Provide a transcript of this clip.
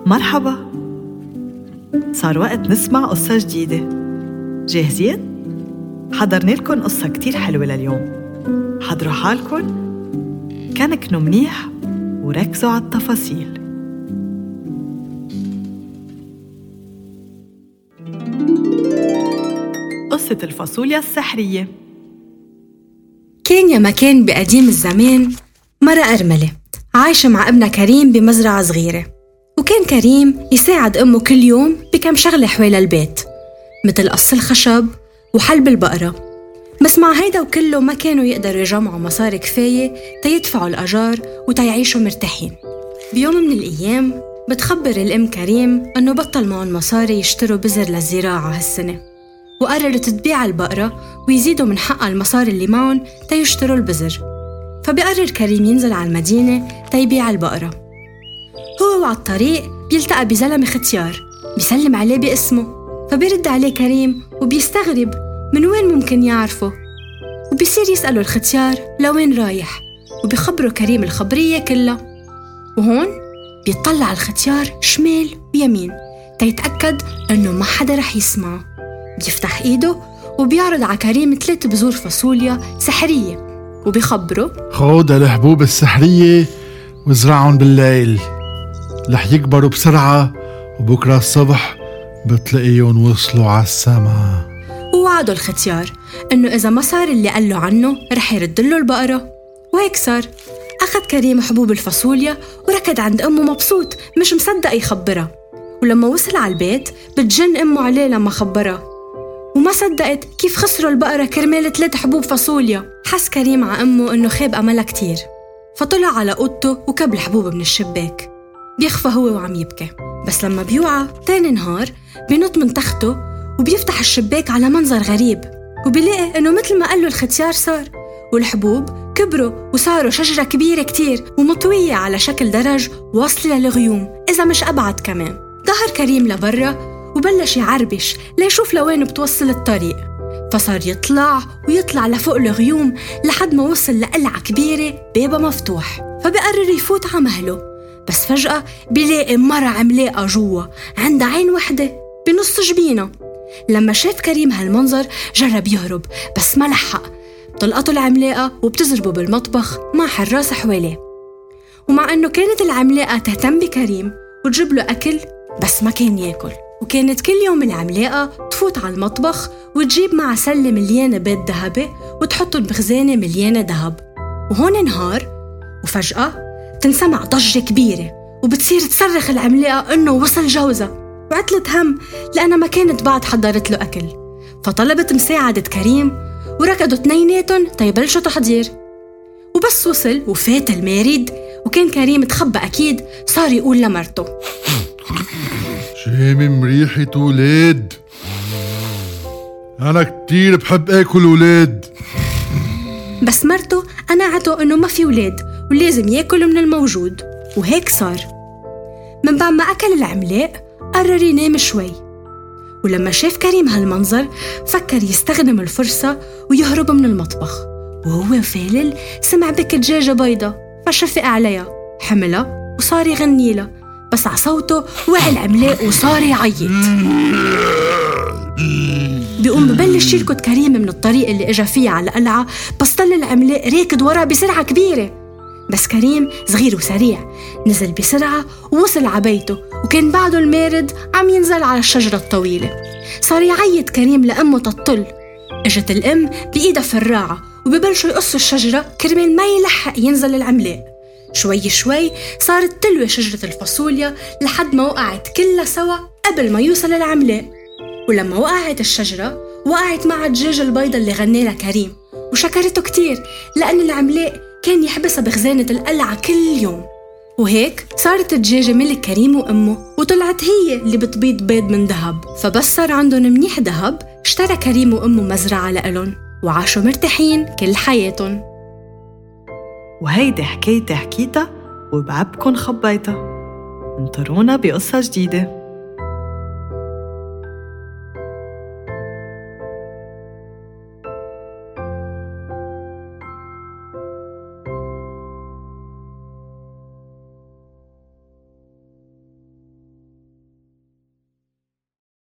مرحبا، صار وقت نسمع قصة جديدة. جاهزين؟ حضرنا لكم قصة كتير حلوة لليوم. حضروا حالكم، كنكنوا منيح وركزوا على التفاصيل. قصة الفاصوليا السحرية. كان يا مكان بقديم الزمان مرة أرملة عايشة مع ابنها كريم بمزرعة صغيرة. وكان كريم يساعد أمه كل يوم بكم شغلة حوالي البيت، مثل قص الخشب وحلب البقرة. بس مع هيدا وكله ما كانوا يقدروا يجمعوا مصاري كفاية تيدفعوا الأجار وتيعيشوا مرتاحين. بيوم من الأيام بتخبر الأم كريم أنه بطل معهم مصاري يشتروا بذر للزراعة هالسنة، وقررت تبيع البقرة ويزيدوا من حقها المصاري اللي معهم تيشتروا البذر. فبيقرر كريم ينزل على المدينة تيبيع البقرة. هو وعلى الطريق بيلتقى بزلمة ختيار بيسلم عليه باسمه، فبيرد عليه كريم وبيستغرب من وين ممكن يعرفه، وبيصير يسأله الختيار لوين رايح، وبيخبره كريم الخبرية كلها. وهون بيطلع الختيار شمال ويمين تيتأكد أنه ما حدا رح يسمعه. بيفتح إيده وبيعرض على كريم 3 بذور فاصوليا سحرية، وبيخبره: خود الحبوب السحرية وزرعهم بالليل، رح يكبروا بسرعة وبكرة الصبح بتلاقيهم وصلوا على السما. ووعده الختيار إنه إذا ما صار اللي قال له عنه رح يرد له البقرة. وهيك صار. أخذ كريم حبوب الفاصوليا وركض عند أمه مبسوط مش مصدق يخبرها. ولما وصل على البيت بتجن أمه عليه لما خبرها، وما صدقت كيف خسروا البقرة كرمال 3 حبوب فاصوليا. حس كريم على أمه إنه خيب أملها كتير، فطلع على أوضته وكب الحبوب من الشباك. بيخفى هو وعم يبكي. بس لما بيوعى تاني نهار بينط من تخته وبيفتح الشباك على منظر غريب، وبيلاقي إنه مثل ما قال له الختيار صار، والحبوب كبروا وصاروا شجرة كبيرة كتير ومطوية على شكل درج واصلة للغيوم، إذا مش أبعد كمان. ظهر كريم لبرا وبلش يعربش ليشوف لوين بتوصل الطريق، فصار يطلع لفوق الغيوم لحد ما وصل لقلعة كبيرة بابها مفتوح. فبقرر يفوت على مهله، بس فجأة بيلاقي مرة عملاقة جوا عندها عين وحدة بنص جبينة. لما شاف كريم هالمنظر جرب يهرب، بس ما لحق. طلقته العملاقة وبتزربه بالمطبخ مع حراس حواليه. ومع أنه كانت العملاقة تهتم بكريم وتجيب له أكل، بس ما كان ياكل. وكانت كل يوم العملاقة تفوت على المطبخ وتجيب معها سلة مليانة بيض ذهبي وتحطهم بخزانة مليانة ذهب. وهون انهار، وفجأة تنسمع ضجة كبيرة وبتصير تصرخ العملاقة إنه وصل جوزها. وعتلت هم لأنها ما كانت بعد حضرت له أكل، فطلبت مساعدة كريم وركضوا 2 تيبلشوا تحضير. وبس وصل وفات المارد وكان كريم تخبى أكيد، صار يقول لمرته: شامم ريحة ولاد، أنا كتير بحب آكل ولاد. بس مرته قنعته إنه ما في ولاد ولازم ياكل من الموجود. وهيك صار. من بعد ما أكل العملاق قرر ينام شوي، ولما شاف كريم هالمنظر فكر يستخدم الفرصة ويهرب من المطبخ. وهو فالل سمع بك دجاجة بيضة، فشفق عليها حملها وصار يغني لها، بس على صوته وعي العملاق وصار يعيط. بيقوم ببلش يركض كريم من الطريق اللي اجا فيه على القلعة، بس طل العملاق راكد وراه بسرعة كبيرة. بس كريم صغير وسريع نزل بسرعة ووصل على بيته، وكان بعده المارد عم ينزل على الشجرة الطويلة. صار يعيط كريم لأمه تطل. اجت الأم بإيدها فراعة وببلشوا يقصوا الشجرة كرمال ما يلحق ينزل العملاق. شوي شوي صارت تلوي شجرة الفاصوليا لحد ما وقعت كلها سوا قبل ما يوصل العملاق. ولما وقعت الشجرة وقعت مع الدجاجة البيضة اللي غنى لها كريم، وشكرته كتير لأن العملاق كان يحبسها بخزانة القلعة كل يوم. وهيك صارت الدجاجة ملك كريم وأمه، وطلعت هي اللي بتبيض بيض من ذهب. فبس صار عندهم منيح ذهب اشترى كريم وأمه مزرعة لإلهم وعاشوا مرتاحين كل حياتهم. وهيدي حكايتي حكيتها وبعبكن خبيتها. انطرونا بقصة جديدة.